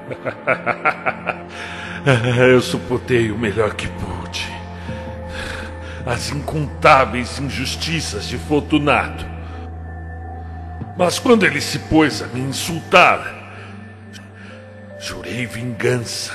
Eu suportei o melhor que pude as incontáveis injustiças de Fortunato. Mas quando ele se pôs a me insultar, jurei vingança.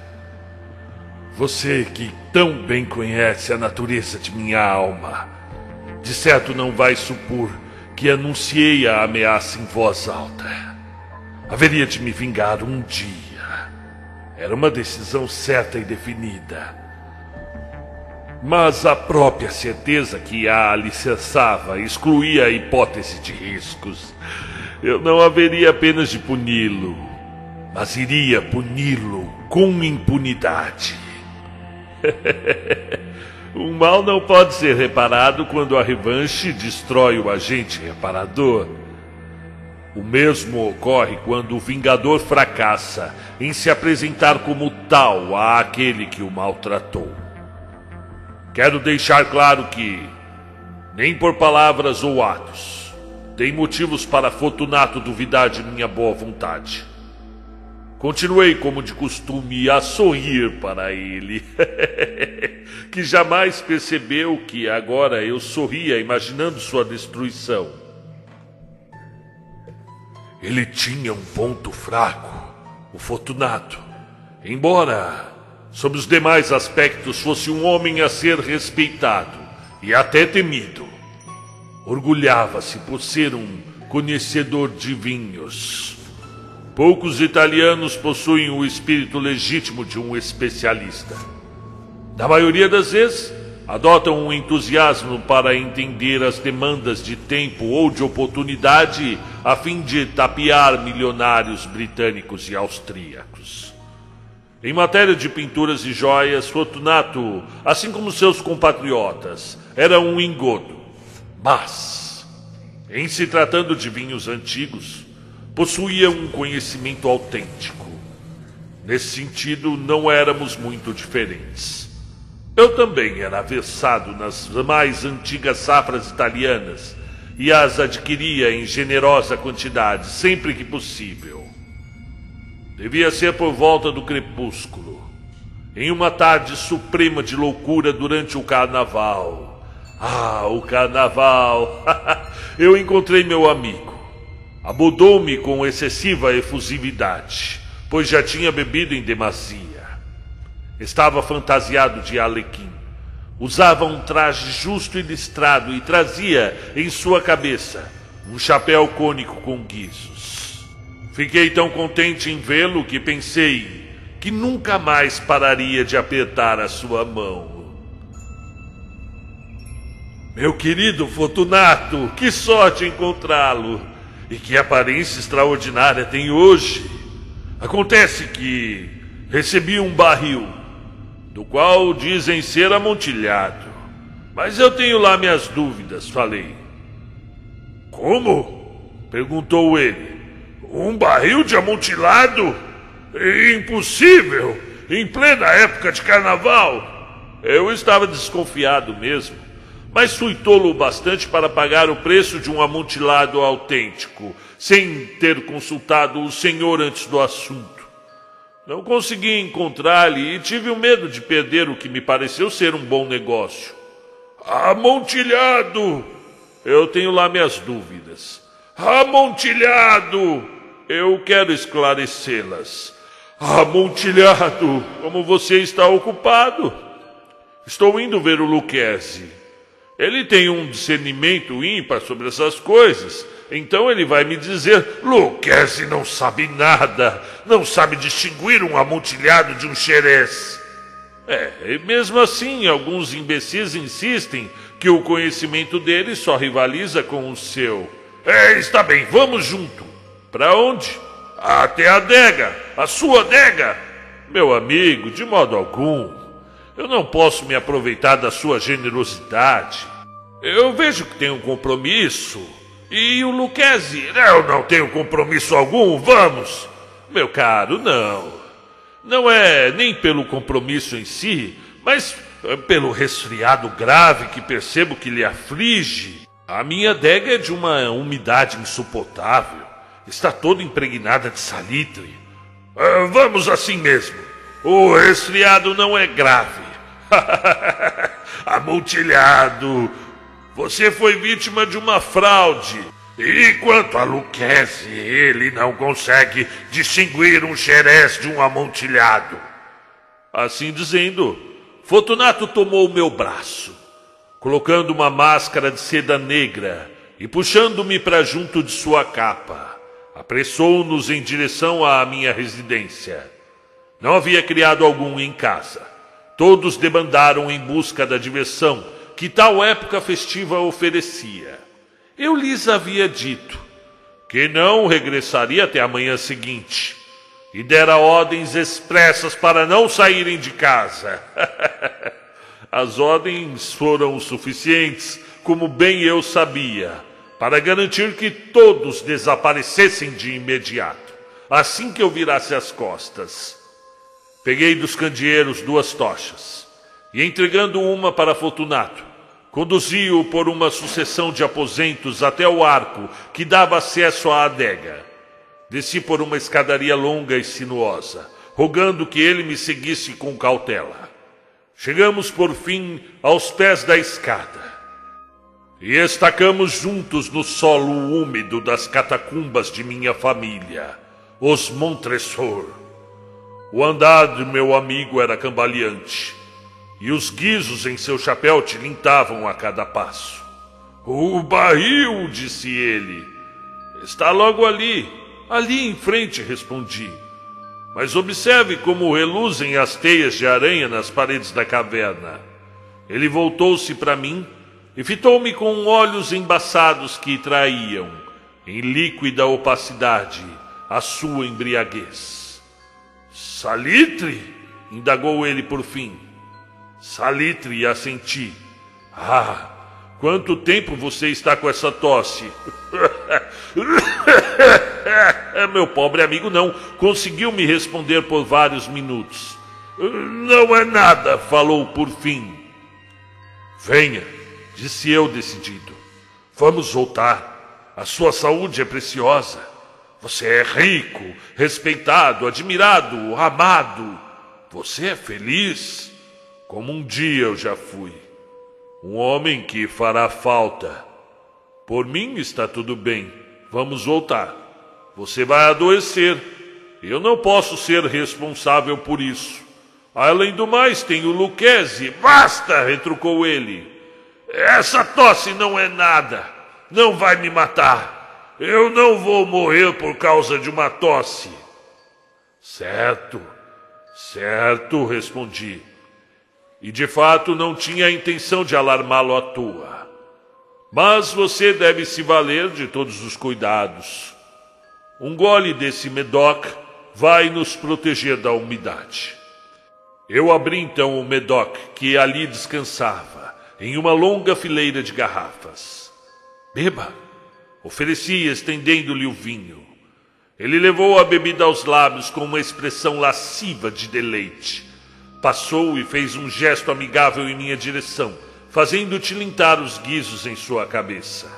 Você que tão bem conhece a natureza de minha alma, de certo não vai supor que anunciei a ameaça em voz alta. Haveria de me vingar um dia. Era uma decisão certa e definida. Mas a própria certeza que a alicerçava excluía a hipótese de riscos. Eu não haveria apenas de puni-lo, mas iria puni-lo com impunidade. O mal não pode ser reparado quando a revanche destrói o agente reparador. O mesmo ocorre quando o vingador fracassa em se apresentar como tal àquele que o maltratou. Quero deixar claro que, nem por palavras ou atos, tem motivos para Fortunato duvidar de minha boa vontade. Continuei, como de costume, a sorrir para ele, que jamais percebeu que agora eu sorria imaginando sua destruição. Ele tinha um ponto fraco, o Fortunato, embora, sob os demais aspectos, fosse um homem a ser respeitado e até temido. Orgulhava-se por ser um conhecedor de vinhos. Poucos italianos possuem o espírito legítimo de um especialista. Na maioria das vezes, adotam um entusiasmo para entender as demandas de tempo ou de oportunidade a fim de tapear milionários britânicos e austríacos. Em matéria de pinturas e joias, Fortunato, assim como seus compatriotas, era um engodo. Mas, em se tratando de vinhos antigos, possuía um conhecimento autêntico. Nesse sentido, não éramos muito diferentes. Eu também era versado nas mais antigas safras italianas e as adquiria em generosa quantidade, sempre que possível. Devia ser por volta do crepúsculo, em uma tarde suprema de loucura durante o carnaval. Ah, o carnaval! Eu encontrei meu amigo. Abordou-me com excessiva efusividade, pois já tinha bebido em demasia. Estava fantasiado de arlequim. Usava um traje justo e listrado e trazia em sua cabeça um chapéu cônico com guizos. Fiquei tão contente em vê-lo que pensei que nunca mais pararia de apertar a sua mão. Meu querido Fortunato, que sorte encontrá-lo! E que aparência extraordinária tem hoje! Acontece que recebi um barril, do qual dizem ser amontilhado. Mas eu tenho lá minhas dúvidas, falei. Como? Perguntou ele. Um barril de amontilado? Impossível! Em plena época de carnaval! Eu estava desconfiado mesmo, mas fui tolo o bastante para pagar o preço de um amontilado autêntico, sem ter consultado o senhor antes do assunto. Não consegui encontrar-lhe e tive o medo de perder o que me pareceu ser um bom negócio. Amontilhado! Eu tenho lá minhas dúvidas. Amontilhado! Eu quero esclarecê-las. Amontilhado! Como você está ocupado? Estou indo ver o Lucchesi. Ele tem um discernimento ímpar sobre essas coisas. Então ele vai me dizer: Lucchesi não sabe nada, não sabe distinguir um amontilhado de um xerez. E mesmo assim, alguns imbecis insistem que o conhecimento dele só rivaliza com o seu. Está bem, vamos junto. Para onde? Até a adega, a sua adega. Meu amigo, de modo algum. Eu não posso me aproveitar da sua generosidade. Eu vejo que tem um compromisso. E o Lucchesi? Eu não tenho compromisso algum, vamos. Meu caro, não. Não é nem pelo compromisso em si, mas pelo resfriado grave que percebo que lhe aflige. A minha adega é de uma umidade insuportável. Está toda impregnada de salitre. Vamos assim mesmo. O resfriado não é grave. Amontilhado, você foi vítima de uma fraude. E quanto a Lucchesi, ele não consegue distinguir um xerez de um amontilhado. Assim dizendo, Fortunato tomou meu braço, colocando uma máscara de seda negra e puxando-me para junto de sua capa. Apressou-nos em direção à minha residência. Não havia criado algum em casa. Todos debandaram em busca da diversão que tal época festiva oferecia. Eu lhes havia dito que não regressaria até a manhã seguinte e dera ordens expressas para não saírem de casa. As ordens foram o suficientes, como bem eu sabia, para garantir que todos desaparecessem de imediato, assim que eu virasse as costas. Peguei dos candeeiros 2 tochas e, entregando uma para Fortunato, conduzi-o por uma sucessão de aposentos até o arco que dava acesso à adega. Desci por uma escadaria longa e sinuosa, rogando que ele me seguisse com cautela. Chegamos, por fim, aos pés da escada e estacamos juntos no solo úmido das catacumbas de minha família, os Montresor. O andar de meu amigo era cambaleante, e os guizos em seu chapéu tilintavam a cada passo. O barril, disse ele. Está logo ali. Ali em frente, respondi. Mas observe como reluzem as teias de aranha nas paredes da caverna. Ele voltou-se para mim e fitou-me com olhos embaçados que traíam, em líquida opacidade, a sua embriaguez. Salitre? Indagou ele por fim. Salitre, assenti. Ah, quanto tempo você está com essa tosse? Meu pobre amigo não conseguiu me responder por vários minutos. Não é nada, falou por fim. Venha, disse eu decidido. Vamos voltar. A sua saúde é preciosa. Você é rico, respeitado, admirado, amado. Você é feliz, como um dia eu já fui. Um homem que fará falta. Por mim está tudo bem. Vamos voltar. Você vai adoecer. Eu não posso ser responsável por isso. Além do mais, tem o Lucchesi. Basta, retrucou ele. Essa tosse não é nada. Não vai me matar. Eu não vou morrer por causa de uma tosse. Certo, certo, respondi. E de fato não tinha a intenção de alarmá-lo à toa. Mas você deve se valer de todos os cuidados. Um gole desse Medoc vai nos proteger da umidade. Eu abri então o Medoc que ali descansava, em uma longa fileira de garrafas. Beba, ofereci, estendendo-lhe o vinho. Ele levou a bebida aos lábios com uma expressão lasciva de deleite. Passou e fez um gesto amigável em minha direção, fazendo tilintar os guizos em sua cabeça.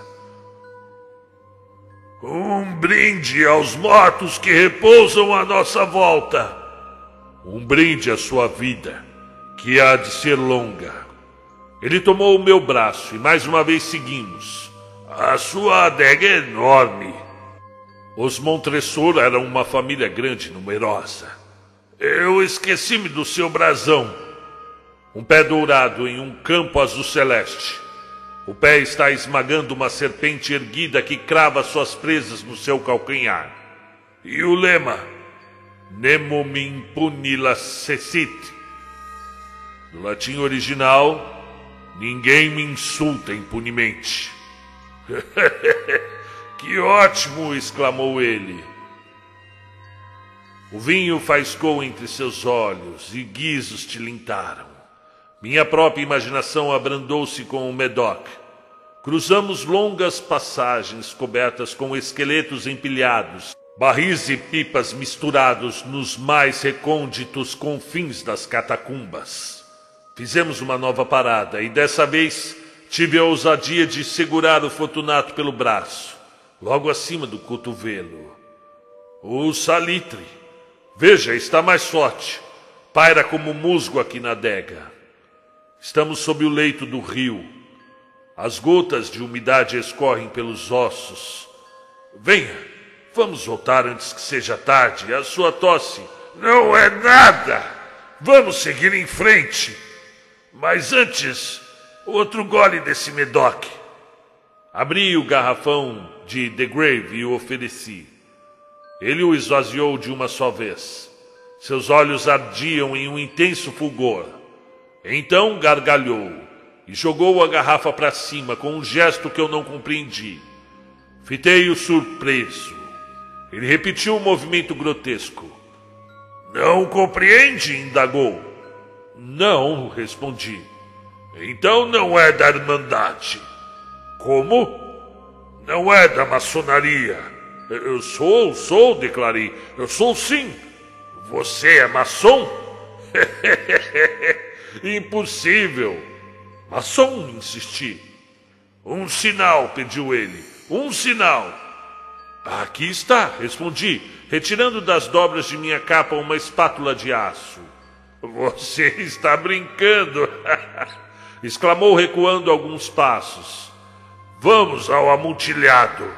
Um brinde aos mortos que repousam à nossa volta. Um brinde à sua vida, que há de ser longa. Ele tomou o meu braço e mais uma vez seguimos. A sua adega é enorme. Os Montresor eram uma família grande e numerosa. Eu esqueci-me do seu brasão. Um pé dourado em um campo azul celeste. O pé está esmagando uma serpente erguida que crava suas presas no seu calcanhar. E o lema? Nemo me impuni lacessit. No latim original, ninguém me insulta impunemente. Que ótimo! Exclamou ele. O vinho faiscou entre seus olhos e guizos tilintaram. Minha própria imaginação abrandou-se com o Medoc. Cruzamos longas passagens cobertas com esqueletos empilhados, barris e pipas misturados nos mais recônditos confins das catacumbas. Fizemos uma nova parada e dessa vez tive a ousadia de segurar o Fortunato pelo braço, logo acima do cotovelo. O Salitre, Veja, está mais forte. Paira como musgo aqui na adega. Estamos sob o leito do rio. As gotas de umidade escorrem pelos ossos. Venha, vamos voltar antes que seja tarde. A sua tosse não é nada. Vamos seguir em frente. Mas antes, outro gole desse Medoc. Abri o garrafão de The Grave e o ofereci. Ele o esvaziou de uma só vez. Seus olhos ardiam em um intenso fulgor. Então gargalhou e jogou a garrafa para cima com um gesto que eu não compreendi. Fitei-o surpreso. Ele repetiu o movimento grotesco. Não compreende? Indagou. Não, respondi. Então não é da Irmandade. Como? Não é da maçonaria. Eu sou, declarei. Eu sou sim. Você é maçom? Impossível. Maçom, insisti. Um sinal, pediu ele. Um sinal. Aqui está, respondi, retirando das dobras de minha capa uma espátula de aço. Você está brincando, exclamou recuando alguns passos. Vamos ao amontilhado.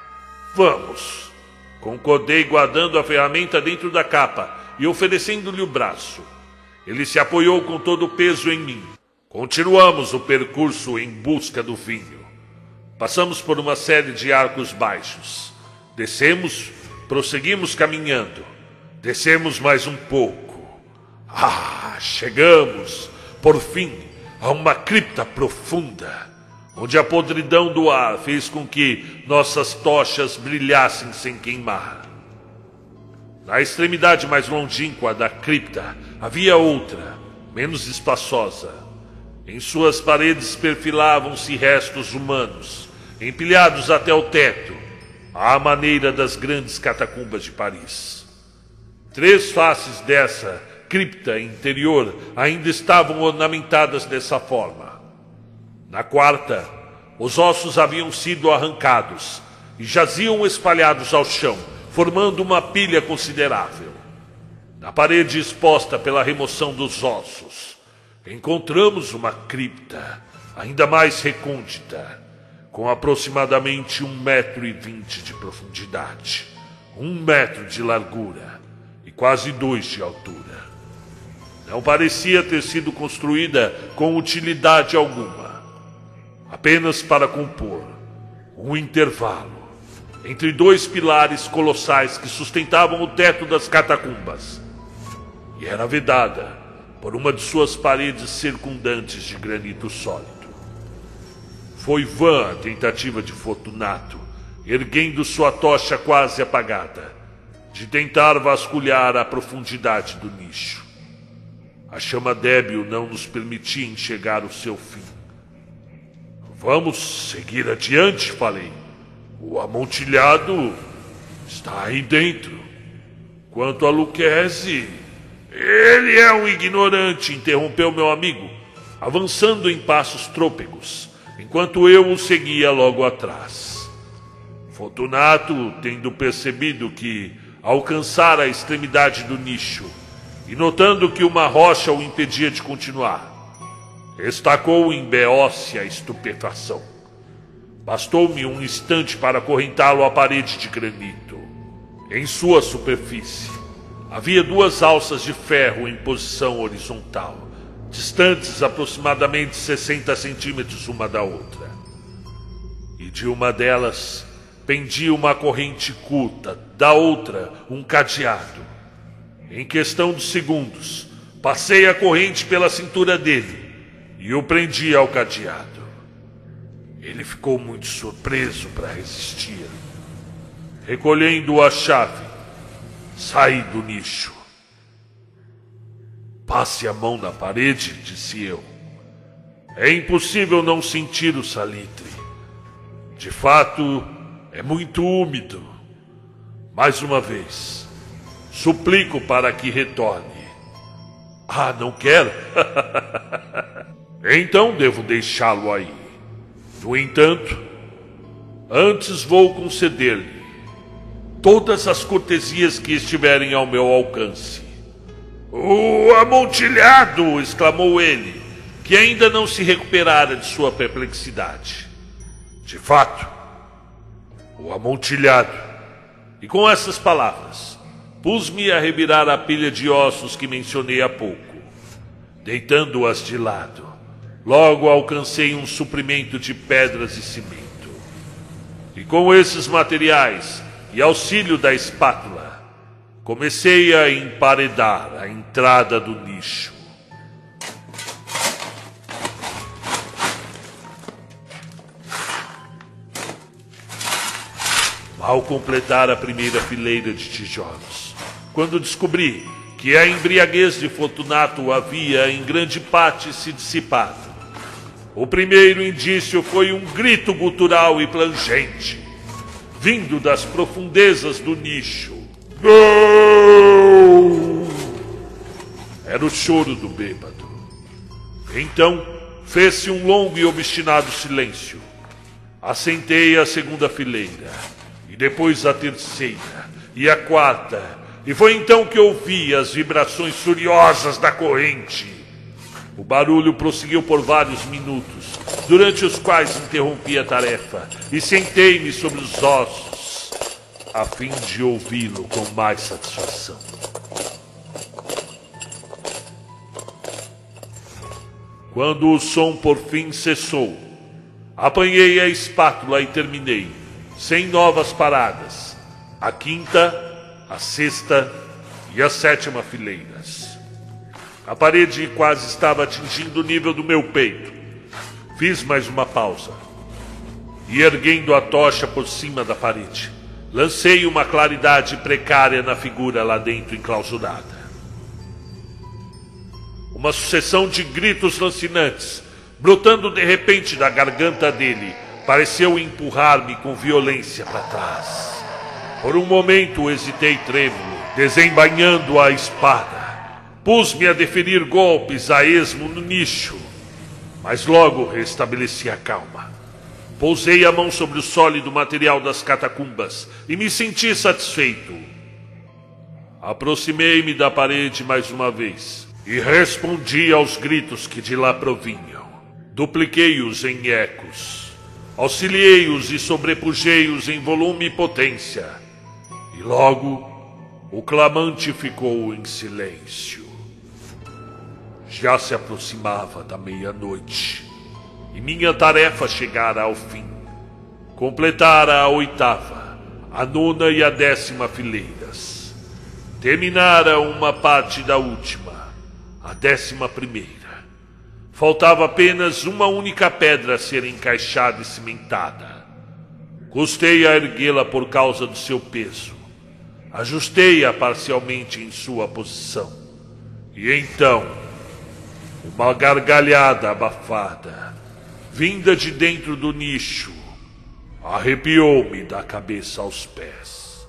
Vamos. Concordei guardando a ferramenta dentro da capa e oferecendo-lhe o braço. Ele se apoiou com todo o peso em mim. Continuamos o percurso em busca do vinho. Passamos por uma série de arcos baixos. Descemos, prosseguimos caminhando. Descemos mais um pouco. Chegamos, por fim, a uma cripta profunda, onde a podridão do ar fez com que nossas tochas brilhassem sem queimar. Na extremidade mais longínqua da cripta havia outra, menos espaçosa. Em suas paredes perfilavam-se restos humanos, empilhados até o teto, à maneira das grandes catacumbas de Paris. 3 faces dessa cripta interior ainda estavam ornamentadas dessa forma. Na quarta, os ossos haviam sido arrancados e jaziam espalhados ao chão, formando uma pilha considerável. Na parede exposta pela remoção dos ossos, encontramos uma cripta ainda mais recôndita, com aproximadamente 1,20 m de profundidade, 1 metro de largura e quase 2 de altura. Não parecia ter sido construída com utilidade alguma, apenas para compor um intervalo entre 2 pilares colossais que sustentavam o teto das catacumbas, e era vedada por uma de suas paredes circundantes de granito sólido. Foi vã a tentativa de Fortunato, erguendo sua tocha quase apagada, de tentar vasculhar a profundidade do nicho. A chama débil não nos permitia enxergar o seu fim. Vamos seguir adiante, falei. O amontilhado está aí dentro. Quanto a Lucchesi, ele é um ignorante, interrompeu meu amigo, avançando em passos trôpegos, enquanto eu o seguia logo atrás. Fortunato, tendo percebido que alcançara a extremidade do nicho e notando que uma rocha o impedia de continuar, estacou em beócia estupefação. Bastou-me um instante para acorrentá-lo à parede de granito. Em sua superfície havia 2 alças de ferro em posição horizontal, distantes aproximadamente 60 centímetros uma da outra. E de uma delas pendia uma corrente curta, da outra um cadeado. Em questão de segundos, passei a corrente pela cintura dele e o prendi ao cadeado. Ele ficou muito surpreso para resistir. Recolhendo a chave, saí do nicho. Passe a mão na parede, disse eu. É impossível não sentir o salitre. De fato, é muito úmido. Mais uma vez, suplico para que retorne. Não quer? Então devo deixá-lo aí. No entanto, antes vou conceder-lhe todas as cortesias que estiverem ao meu alcance. O Amontilhado! Exclamou ele, que ainda não se recuperara de sua perplexidade. De fato, o Amontilhado. E com essas palavras, pus-me a revirar a pilha de ossos que mencionei há pouco. Deitando-as de lado, logo alcancei um suprimento de pedras e cimento. E com esses materiais e auxílio da espátula, comecei a emparedar a entrada do nicho. Mal completar a primeira fileira de tijolos, quando descobri que a embriaguez de Fortunato havia em grande parte se dissipado. O primeiro indício foi um grito gutural e plangente, vindo das profundezas do nicho. Não! Era o choro do bêbado. Então, fez-se um longo e obstinado silêncio. Assentei a segunda fileira, e depois a terceira, e a quarta, e foi então que ouvi as vibrações furiosas da corrente. O barulho prosseguiu por vários minutos, durante os quais interrompi a tarefa e sentei-me sobre os ossos, a fim de ouvi-lo com mais satisfação. Quando o som por fim cessou, apanhei a espátula e terminei, sem novas paradas, a quinta, a sexta e a sétima fileiras. A parede quase estava atingindo o nível do meu peito. Fiz mais uma pausa e, erguendo a tocha por cima da parede, lancei uma claridade precária na figura lá dentro enclausurada. Uma sucessão de gritos lancinantes, brotando de repente da garganta dele, pareceu empurrar-me com violência para trás. Por um momento hesitei trêmulo, desembainhando a espada. Pus-me a deferir golpes a esmo no nicho, mas logo restabeleci a calma. Pousei a mão sobre o sólido material das catacumbas e me senti satisfeito. Aproximei-me da parede mais uma vez e respondi aos gritos que de lá provinham. Dupliquei-os em ecos, auxiliei-os e sobrepujei-os em volume e potência. E logo, o clamante ficou em silêncio. Já se aproximava da meia-noite, e minha tarefa chegara ao fim. Completara a oitava, a nona e a 10ª fileiras. Terminara uma parte da última, a 11ª. Faltava apenas uma única pedra a ser encaixada e cimentada. Custei a erguê-la por causa do seu peso. Ajustei-a parcialmente em sua posição. E então, uma gargalhada abafada, vinda de dentro do nicho, arrepiou-me da cabeça aos pés.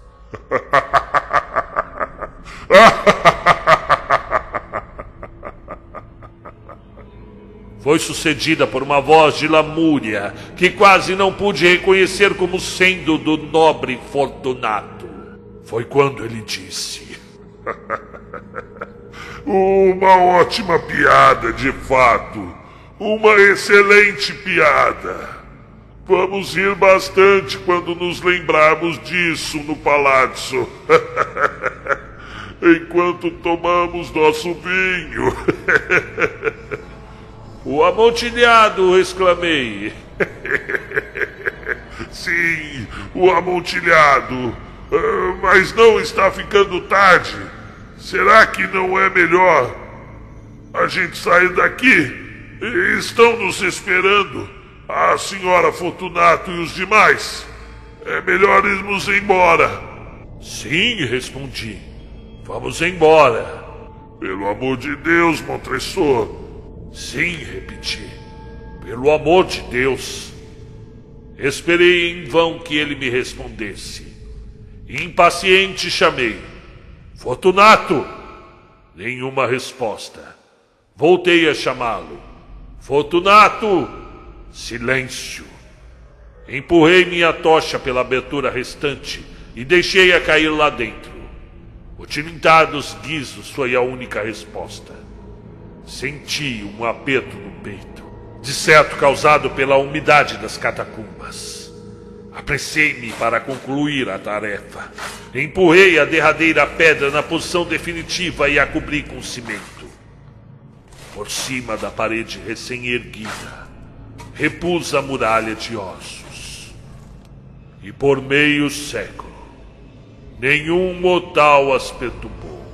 Foi sucedida por uma voz de lamúria que quase não pude reconhecer como sendo do nobre Fortunato. Foi quando ele disse: uma ótima piada, de fato. Uma excelente piada. Vamos rir bastante quando nos lembrarmos disso no palácio. Enquanto tomamos nosso vinho. O Amontilhado! Exclamei. Sim, o Amontilhado. Mas não está ficando tarde. Será que não é melhor a gente sair daqui? Estão nos esperando a senhora Fortunato e os demais. É melhor irmos embora. Sim, respondi. Vamos embora. Pelo amor de Deus, Montresor. Sim, repeti. Pelo amor de Deus. Esperei em vão que ele me respondesse. Impaciente chamei: Fortunato! Nenhuma resposta. Voltei a chamá-lo: Fortunato! Silêncio. Empurrei minha tocha pela abertura restante e deixei-a cair lá dentro. O tilintar dos guizos foi a única resposta. Senti um aperto no peito, de certo causado pela umidade das catacumbas. Apressei-me para concluir a tarefa. Empurrei a derradeira pedra na posição definitiva e a cobri com cimento. Por cima da parede recém-erguida, repus a muralha de ossos. E por meio século, nenhum mortal as perturbou.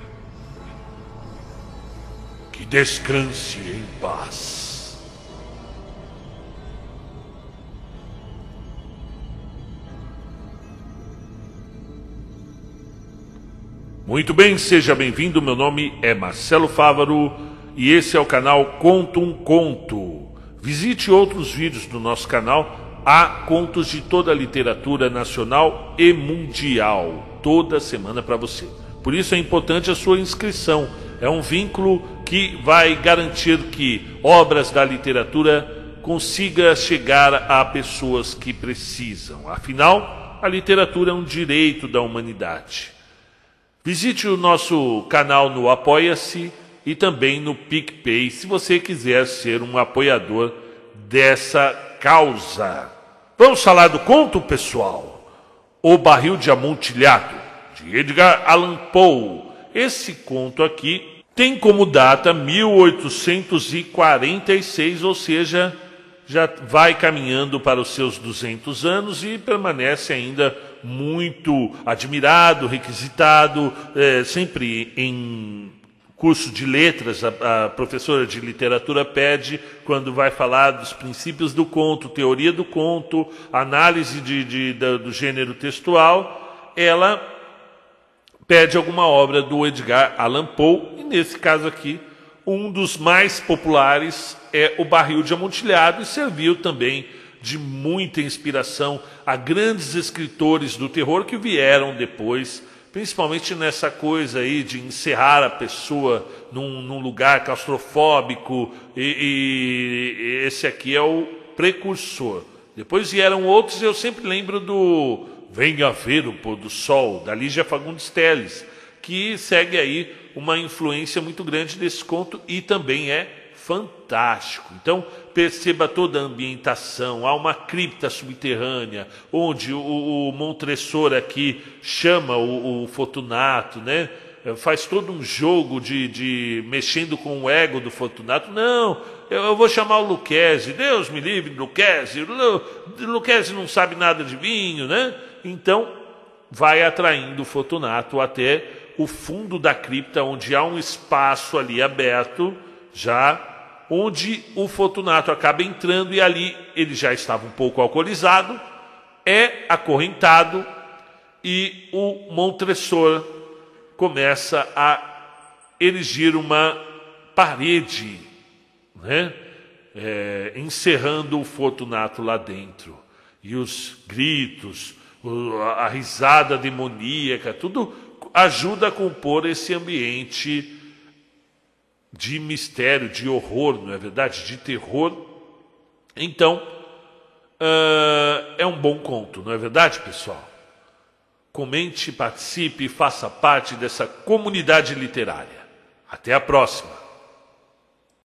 Que descanse em paz. Muito bem, seja bem-vindo. Meu nome é Marcelo Fávaro e esse é o canal Conto um Conto. Visite outros vídeos do nosso canal. Há contos de toda a literatura nacional e mundial, toda semana para você. Por isso é importante a sua inscrição. É um vínculo que vai garantir que obras da literatura consiga chegar a pessoas que precisam. Afinal, a literatura é um direito da humanidade. Visite o nosso canal no Apoia-se e também no PicPay, se você quiser ser um apoiador dessa causa. Vamos falar do conto, pessoal? O Barril de Amontilhado, de Edgar Allan Poe. Esse conto aqui tem como data 1846, ou seja, já vai caminhando para os seus 200 anos e permanece ainda muito admirado, requisitado, sempre em curso de letras. A professora de literatura pede, quando vai falar dos princípios do conto, teoria do conto, análise do gênero textual, ela pede alguma obra do Edgar Allan Poe, e nesse caso aqui, um dos mais populares é O Barril de Amontilhado, e serviu também de muita inspiração a grandes escritores do terror que vieram depois, principalmente nessa coisa aí de encerrar a pessoa num lugar claustrofóbico, e esse aqui é o precursor. Depois vieram outros, eu sempre lembro do Venha Ver o Pôr do Sol, da Lígia Fagundes Telles, que segue aí uma influência muito grande desse conto e também é fantástico. Então, perceba toda a ambientação. Há uma cripta subterrânea, onde o Montresor aqui chama o Fortunato, né? Faz todo um jogo de mexendo com o ego do Fortunato. Não, eu vou chamar o Lucchesi. Deus me livre, Lucchesi. Lucchesi não sabe nada de vinho, né? Então, vai atraindo o Fortunato até o fundo da cripta, onde há um espaço ali aberto, já onde o Fortunato acaba entrando, e ali ele já estava um pouco alcoolizado, é acorrentado, e o Montresor começa a erigir uma parede, né? Encerrando o Fortunato lá dentro. E os gritos, a risada demoníaca, tudo ajuda a compor esse ambiente de mistério, de horror, não é verdade? De terror. Então, é um bom conto, não é verdade, pessoal? Comente, participe e faça parte dessa comunidade literária. Até a próxima!